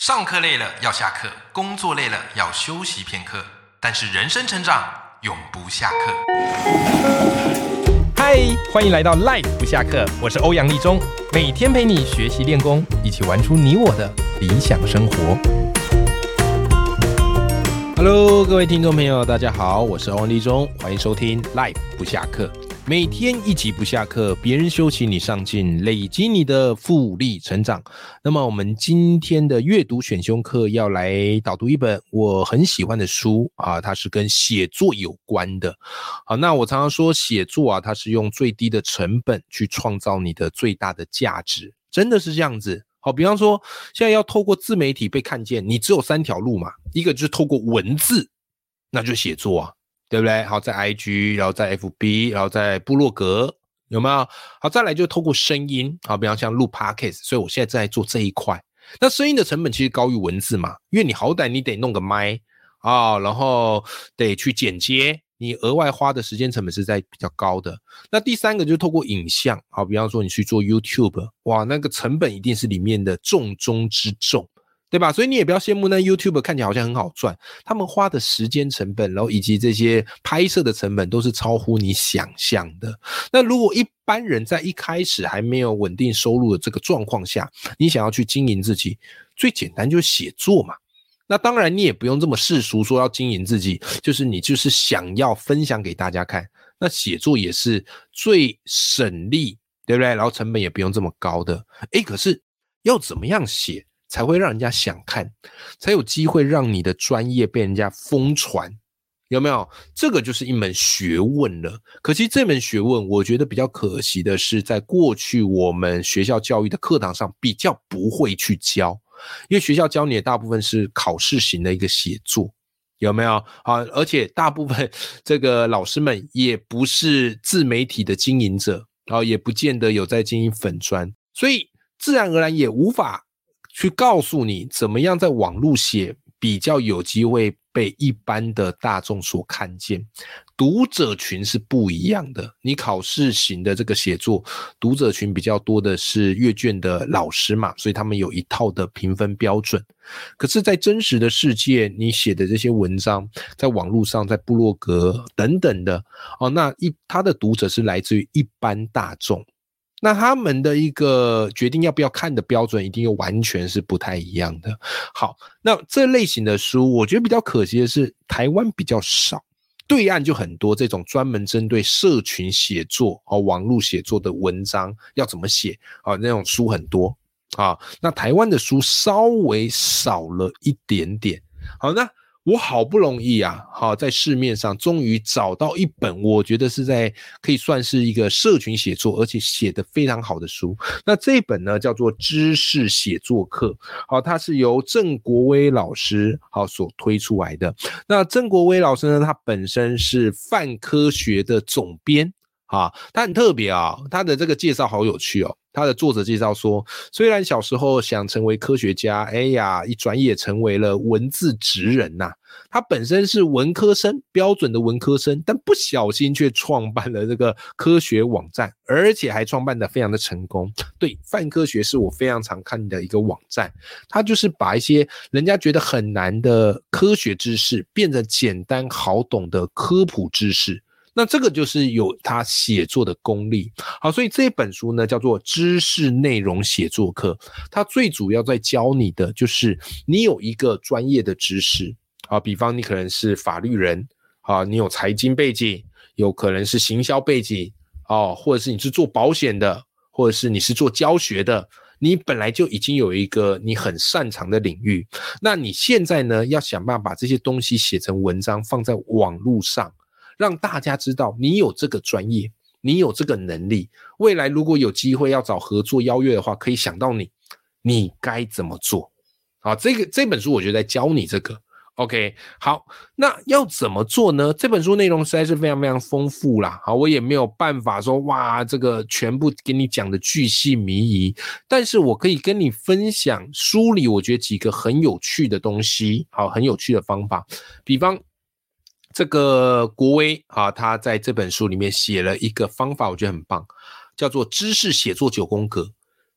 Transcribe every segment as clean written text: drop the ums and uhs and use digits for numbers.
上课累了要下课，工作累了要休息片刻，但是人生成长永不下课。嗨，欢迎来到 Life 不下课，我是欧阳立中，每天陪你学习练功，一起玩出你我的理想生活。Hello， 各位听众朋友，大家好，我是欧阳立中，欢迎收听 Life 不下课。每天一集不下课，别人休息你上进，累积你的复利成长。那么我们今天的阅读选修课要来导读一本我很喜欢的书啊，它是跟写作有关的。好，那我常常说写作啊，它是用最低的成本去创造你的最大的价值，真的是这样子。好，比方说现在要透过自媒体被看见，你只有3条路嘛，一个就是透过文字，那就写作啊。对不对？好，在 IG， 然后在 FB， 然后在部落格，有没有？好，再来就透过声音，好，比方像录 Podcast， 所以我现在正在做这一块。那声音的成本其实高于文字嘛，因为你好歹你得弄个麦啊，然后得去剪接，你额外花的时间成本是在比较高的。那第三个就是透过影像，好，比方说你去做 YouTube， 哇，那个成本一定是里面的重中之重。对吧？所以你也不要羡慕那 YouTuber 看起来好像很好赚，他们花的时间成本，然后以及这些拍摄的成本都是超乎你想象的。那如果一般人在一开始还没有稳定收入的这个状况下，你想要去经营自己，最简单就是写作嘛。那当然你也不用这么世俗说要经营自己，就是你就是想要分享给大家看，那写作也是最省力，对不对？然后成本也不用这么高的。可是要怎么样写才会让人家想看，才有机会让你的专业被人家疯传，有没有？这个就是一门学问了。可惜这门学问我觉得比较可惜的是，在过去我们学校教育的课堂上比较不会去教，因为学校教你的大部分是考试型的一个写作，有没有？而且大部分这个老师们也不是自媒体的经营者，也不见得有在经营粉专，所以自然而然也无法去告诉你怎么样在网络写比较有机会被一般的大众所看见。读者群是不一样的，你考试型的这个写作，读者群比较多的是阅卷的老师嘛，所以他们有一套的评分标准。可是在真实的世界，你写的这些文章在网络上，在部落格等等的，那他的读者是来自于一般大众，那他们的一个决定要不要看的标准一定又完全是不太一样的。好，那这类型的书我觉得比较可惜的是台湾比较少，对岸就很多这种专门针对社群写作网络写作的文章要怎么写那种书很多那台湾的书稍微少了一点点。好，那我好不容易在市面上终于找到一本我觉得是可以算是一个社群写作而且写得非常好的书。那这一本呢叫做知识写作课，它是由郑国威老师所推出来的。那郑国威老师呢，他本身是泛科学的总编他很特别他的这个介绍好有趣他的作者介绍说，虽然小时候想成为科学家，一转眼成为了文字职人他本身是文科生，标准的文科生，但不小心却创办了这个科学网站，而且还创办得非常的成功。对，泛科学是我非常常看的一个网站，他就是把一些人家觉得很难的科学知识变成简单好懂的科普知识。那这个就是有他写作的功力。好，所以这本书呢叫做知识内容写作课，它最主要在教你的就是你有一个专业的知识比方你可能是法律人你有财经背景，有可能是行销背景或者是你是做保险的，或者是你是做教学的，你本来就已经有一个你很擅长的领域，那你现在呢要想办法把这些东西写成文章放在网络上，让大家知道你有这个专业，你有这个能力，未来如果有机会要找合作邀约的话，可以想到你该怎么做。好，这本书我觉得在教你这个。OK， 好，那要怎么做呢？这本书内容实在是非常非常丰富啦，好，我也没有办法说哇这个全部给你讲的巨细靡遗，但是我可以跟你分享书里我觉得几个很有趣的东西，好，很有趣的方法。比方这个国威他在这本书里面写了一个方法，我觉得很棒，叫做知识写作9宫格。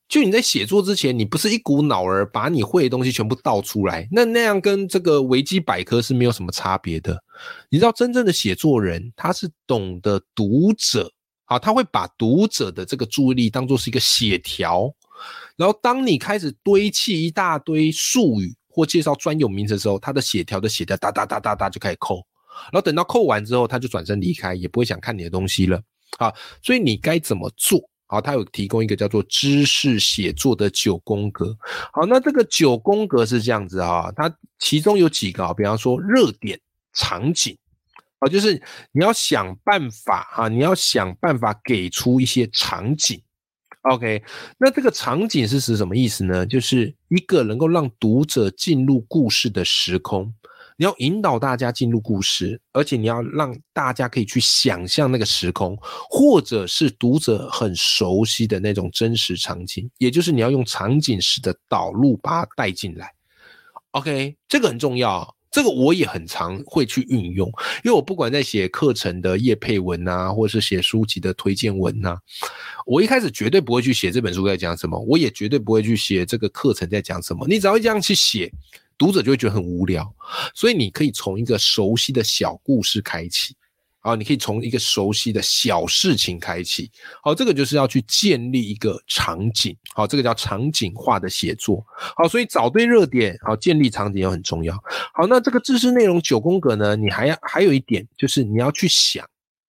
就你在写作之前，你不是一股脑儿把你会的东西全部倒出来，那样跟这个维基百科是没有什么差别的。你知道真正的写作人，他是懂得读者，他会把读者的这个注意力当作是一个血条，然后当你开始堆砌一大堆术语或介绍专有名词的时候，他的血条哒哒哒哒哒就开始扣，然后等到扣完之后，他就转身离开，也不会想看你的东西了。所以你该怎么做？好，他有提供一个叫做知识写作的9宫格。好，那这个9宫格是这样子它其中有几个比方说热点、场景，就是你要想办法你要想办法给出一些场景。OK， 那这个场景是指什么意思呢？就是一个能够让读者进入故事的时空。你要引导大家进入故事，而且你要让大家可以去想象那个时空，或者是读者很熟悉的那种真实场景，也就是你要用场景式的导入把它带进来。OK， 这个很重要，这个我也很常会去运用，因为我不管在写课程的业配文或是写书籍的推荐文我一开始绝对不会去写这本书在讲什么，我也绝对不会去写这个课程在讲什么，你只要这样去写，读者就会觉得很无聊。所以你可以从一个熟悉的小故事开启，你可以从一个熟悉的小事情开启。这个就是要去建立一个场景，这个叫场景化的写作。所以找对热点，建立场景又很重要。好，那这个知识内容9宫格呢，你还有一点就是你要去想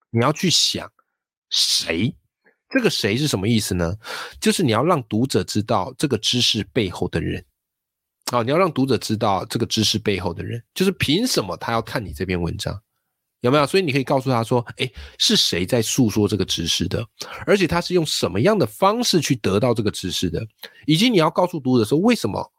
谁。这个谁是什么意思呢？就是你要让读者知道这个知识背后的人。你要让读者知道这个知识背后的人，就是凭什么他要看你这篇文章，有没有？所以你可以告诉他说，是谁在诉说这个知识的，而且他是用什么样的方式去得到这个知识的，以及你要告诉读者说，为什么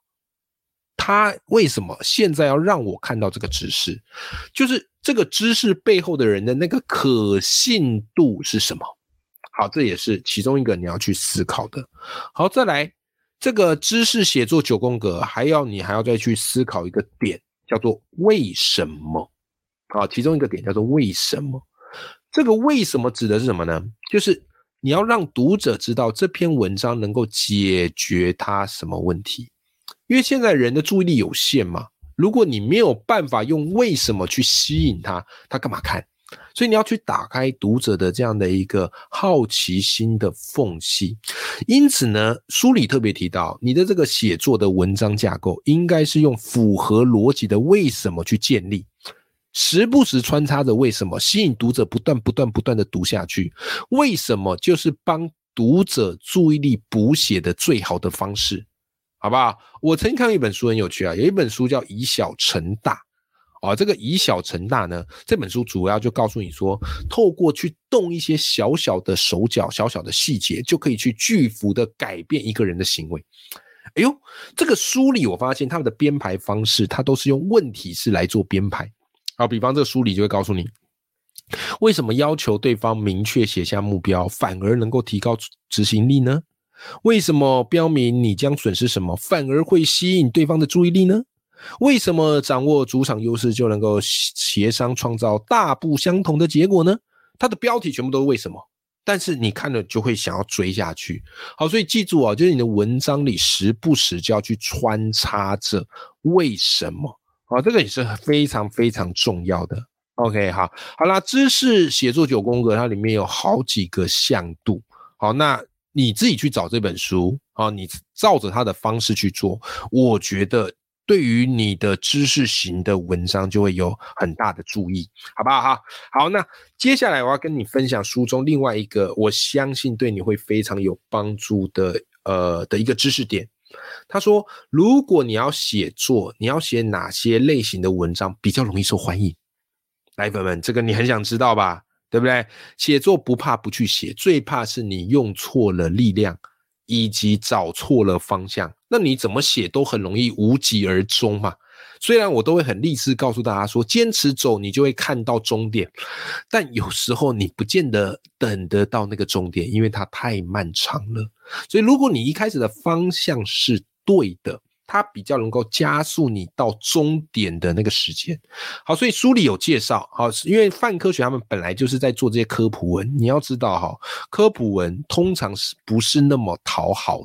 现在要让我看到这个知识，就是这个知识背后的人的那个可信度是什么。好，这也是其中一个你要去思考的。好，再来这个知识写作9宫格，你还要再去思考一个点，叫做为什么。其中一个点叫做为什么。这个为什么指的是什么呢？就是你要让读者知道这篇文章能够解决他什么问题。因为现在人的注意力有限嘛，如果你没有办法用为什么去吸引他干嘛看？所以你要去打开读者的这样的一个好奇心的缝隙。因此呢，书里特别提到，你的这个写作的文章架构应该是用符合逻辑的为什么去建立，时不时穿插着为什么，吸引读者不断的读下去。为什么就是帮读者注意力补血的最好的方式，好不好？我曾经看过一本书很有趣有一本书叫以小成大。这个以小成大呢，这本书主要就告诉你说，透过去动一些小小的手脚、小小的细节，就可以去巨幅的改变一个人的行为。这个书里我发现他们的编排方式，它都是用问题式来做编排。比方这个书里就会告诉你，为什么要求对方明确写下目标，反而能够提高执行力呢？为什么标明你将损失什么，反而会吸引对方的注意力呢？为什么掌握主场优势就能够协商创造大不相同的结果呢？它的标题全部都是为什么，但是你看了就会想要追下去。好，所以记住就是你的文章里时不时就要去穿插着为什么。这个也是非常非常重要的。OK， 好啦，知识写作9宫格它里面有好几个向度。好，那你自己去找这本书你照着它的方式去做，我觉得对于你的知识型的文章就会有很大的注意，好不好？好，那接下来我要跟你分享书中另外一个我相信对你会非常有帮助的一个知识点。他说，如果你要写作，你要写哪些类型的文章比较容易受欢迎？来，粉们，这个你很想知道吧？对不对？写作不怕不去写，最怕是你用错了力量，以及找错了方向，那你怎么写都很容易无疾而终嘛。虽然我都会很励志告诉大家说，坚持走你就会看到终点，但有时候你不见得等得到那个终点，因为它太漫长了。所以如果你一开始的方向是对的，它比较能够加速你到终点的那个时间。好，所以书里有介绍，因为泛科学他们本来就是在做这些科普文，你要知道科普文通常不是那么讨好的，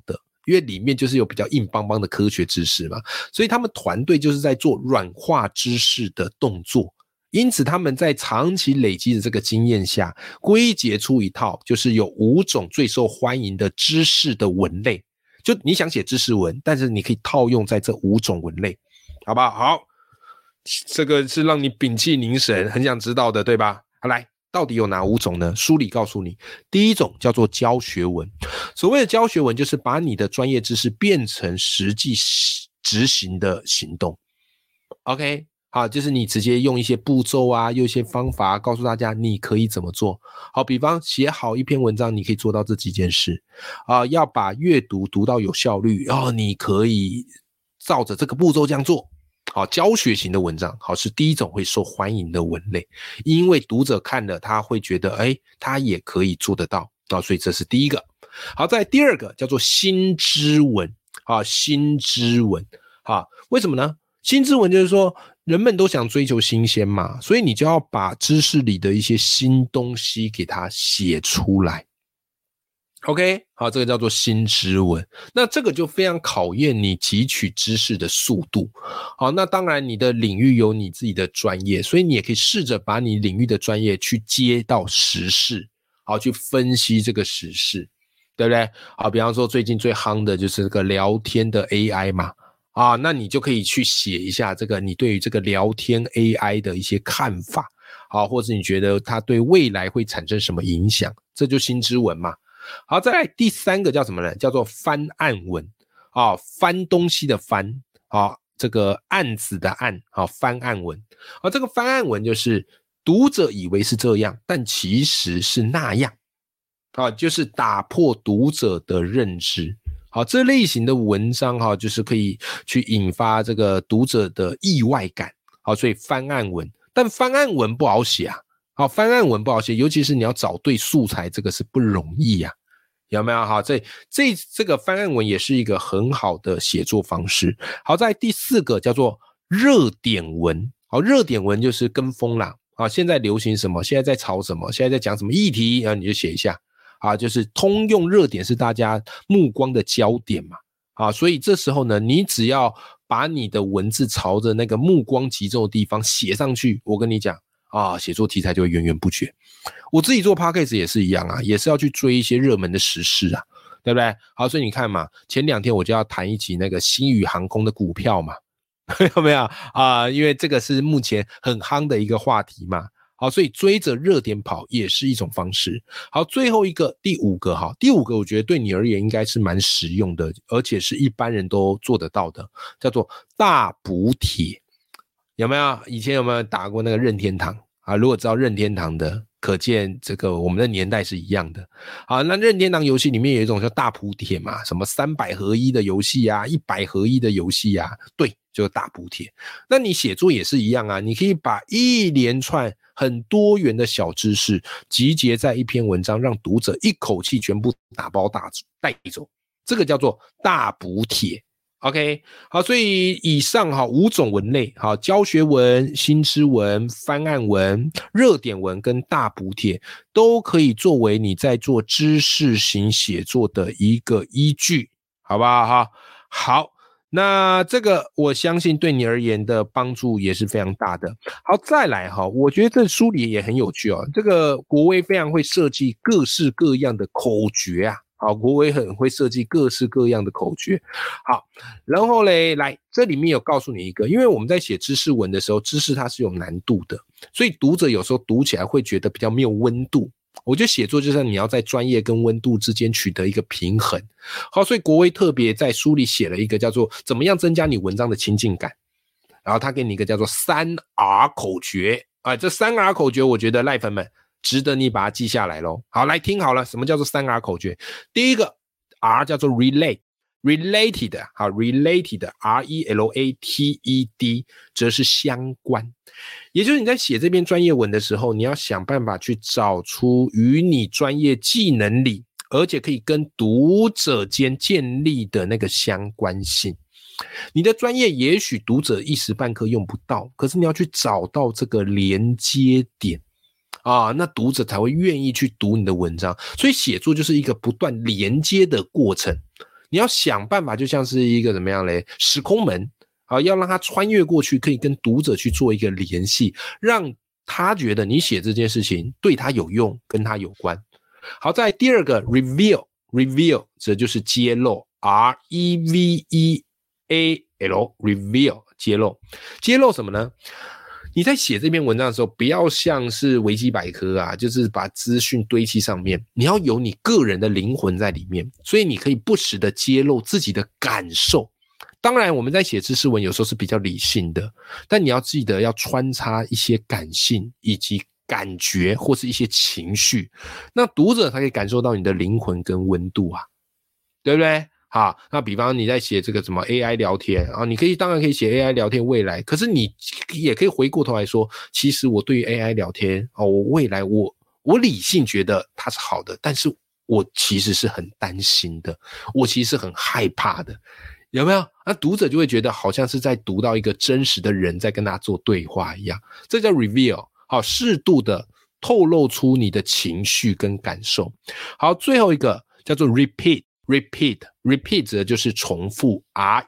因为里面就是有比较硬邦邦的科学知识嘛，所以他们团队就是在做软化知识的动作。因此他们在长期累积的这个经验下，归结出一套就是有5种最受欢迎的知识的文类。就你想写知识文，但是你可以套用在这5种文类，好不好？好，这个是让你屏气凝神，很想知道的，对吧？好，来，到底有哪5种呢？书里告诉你，第一种叫做教学文。所谓的教学文，就是把你的专业知识变成实际执行的行动。OK， 好，就是你直接用一些步骤啊，用一些方法告诉大家你可以怎么做。好，比方写好一篇文章，你可以做到这几件事要把阅读读到有效率，你可以照着这个步骤这样做。好，教学型的文章，好，是第一种会受欢迎的文类，因为读者看了他会觉得他也可以做得到，所以这是第一个。好，再来第二个叫做新知文。新知文为什么呢？新知文就是说人们都想追求新鲜嘛，所以你就要把知识里的一些新东西给它写出来。OK， 好，这个叫做新知文。那这个就非常考验你汲取知识的速度。好，那当然你的领域有你自己的专业，所以你也可以试着把你领域的专业去接到时事，好，去分析这个时事，对不对？好，比方说最近最夯的就是这个聊天的 AI 嘛，那你就可以去写一下这个你对于这个聊天 AI 的一些看法，好，或者你觉得它对未来会产生什么影响，这就新知文嘛。好，再来第三个叫什么呢？叫做翻案文。翻东西的翻，这个案子的案，翻案文。这个翻案文就是读者以为是这样，但其实是那样。就是打破读者的认知。好，这类型的文章就是可以去引发这个读者的意外感。好，所以翻案文，但翻案文不好写啊。好，翻案文不好写，尤其是你要找对素材，这个是不容易啊。有没有？好，这个翻案文也是一个很好的写作方式。好，在第4个叫做热点文。好，热点文就是跟风啦。现在流行什么，现在在炒什么，现在在讲什么议题，你就写一下。就是通用热点是大家目光的焦点嘛。所以这时候呢，你只要把你的文字朝着那个目光集中的地方写上去，我跟你讲写作题材就会源源不绝。我自己做 Podcast 也是一样也是要去追一些热门的时事对不对？好，所以你看嘛，前2天我就要谈一集那个星宇航空的股票嘛，有没有因为这个是目前很夯的一个话题嘛。好，所以追着热点跑也是一种方式。好，最后一个第5个第5个我觉得对你而言应该是蛮实用的，而且是一般人都做得到的，叫做大补帖。有没有？以前有没有打过那个任天堂如果知道任天堂的，可见这个我们的年代是一样的。好，那任天堂游戏里面有一种叫大补帖嘛，什么300合1的游戏100合1的游戏对，就是大补帖。那你写作也是一样你可以把一连串很多元的小知识集结在一篇文章，让读者一口气全部打包带走，这个叫做大补帖。OK， 好，所以以上5种文类，教学文、新知文、翻案文、热点文跟大补帖都可以作为你在做知识型写作的一个依据，好不好？好，那这个我相信对你而言的帮助也是非常大的。好，再来我觉得这书里也很有趣这个国威非常会设计各式各样的口诀好，国威很会设计各式各样的口诀。好，然后嘞，来这里面有告诉你一个，因为我们在写知识文的时候，知识它是有难度的，所以读者有时候读起来会觉得比较没有温度。我觉得写作就是你要在专业跟温度之间取得一个平衡。好，所以国威特别在书里写了一个叫做怎么样增加你文章的亲近感，然后他给你一个叫做3R 口诀这3R 口诀我觉得赖粉们值得你把它记下来咯。好，来听好了，什么叫做3R 口诀？第一个 R 叫做 related， 好 related RELATED 则是相关，也就是你在写这篇专业文的时候，你要想办法去找出与你专业技能里，而且可以跟读者间建立的那个相关性。你的专业也许读者一时半刻用不到，可是你要去找到这个连接点那读者才会愿意去读你的文章。所以写作就是一个不断连接的过程。 你要想办法，就像是一个怎么样嘞，时空门啊，要让他穿越过去，可以跟读者去做一个联系，让他觉得你写这件事情对他有用，跟他有关。好，再来第二个 reveal 这就是揭露 reveal reveal 揭露什么呢？你在写这篇文章的时候，不要像是维基百科啊，就是把资讯堆砌上面，你要有你个人的灵魂在里面，所以你可以不时的揭露自己的感受。当然我们在写知识文有时候是比较理性的，但你要记得要穿插一些感性以及感觉或是一些情绪，那读者才可以感受到你的灵魂跟温度啊，对不对？好，那比方你在写这个什么 AI 聊天啊，你当然可以写 AI 聊天未来，可是你也可以回过头来说，其实我对于 AI 聊天我未来我理性觉得它是好的，但是我其实是很担心的，我其实是很害怕的，有没有？那读者就会觉得好像是在读到一个真实的人在跟他做对话一样，这叫 reveal。好，适度的透露出你的情绪跟感受。好，最后一个叫做 repeat 指的就是重复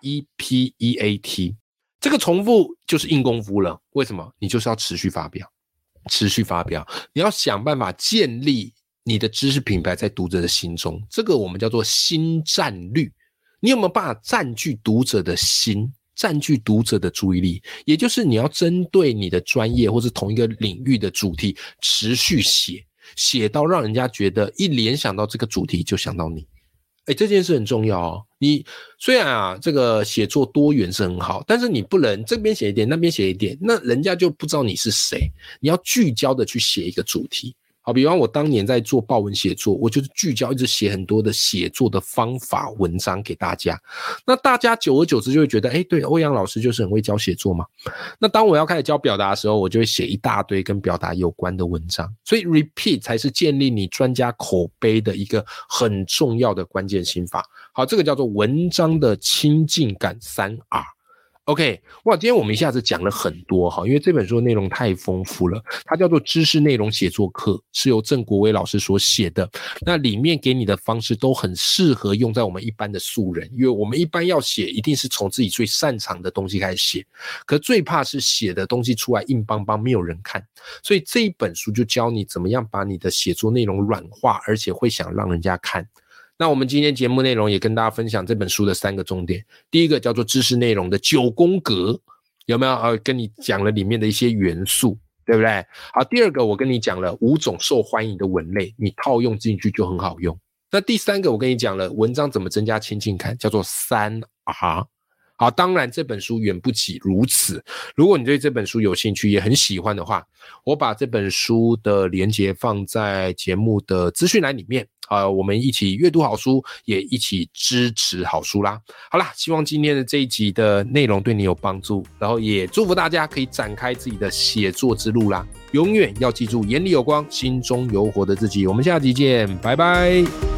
repeat， 这个重复就是硬功夫了。为什么？你就是要持续发表，你要想办法建立你的知识品牌在读者的心中，这个我们叫做心占率。你有没有办法占据读者的心，占据读者的注意力？也就是你要针对你的专业或是同一个领域的主题持续写到让人家觉得一联想到这个主题就想到你。这件事很重要哦。你虽然啊这个写作多元是很好，但是你不能这边写一点那边写一点，那人家就不知道你是谁。你要聚焦的去写一个主题。好，比方我当年在做报文写作，我就是聚焦一直写很多的写作的方法文章给大家，那大家久而久之就会觉得对，欧阳老师就是很会教写作嘛。那当我要开始教表达的时候，我就会写一大堆跟表达有关的文章。所以 repeat 才是建立你专家口碑的一个很重要的关键心法。好，这个叫做文章的亲近感 3R。OK， 哇，今天我们一下子讲了很多哈，因为这本书的内容太丰富了，它叫做知识内容写作课，是由郑国威老师所写的。那里面给你的方式都很适合用在我们一般的素人，因为我们一般要写一定是从自己最擅长的东西开始写，可最怕是写的东西出来硬邦邦没有人看，所以这一本书就教你怎么样把你的写作内容软化，而且会想让人家看。那我们今天节目内容也跟大家分享这本书的3个重点。第一个叫做知识内容的9宫格，有没有？跟你讲了里面的一些元素，对不对？好，第二个我跟你讲了5种受欢迎的文类，你套用进去就很好用。那第3个我跟你讲了文章怎么增加亲近感，叫做3R。好，当然这本书远不止如此。如果你对这本书有兴趣，也很喜欢的话，我把这本书的连结放在节目的资讯栏里面。我们一起阅读好书，也一起支持好书啦。好啦，希望今天的这一集的内容对你有帮助，然后也祝福大家可以展开自己的写作之路啦。永远要记住，眼里有光，心中有火的自己。我们下集见，拜拜。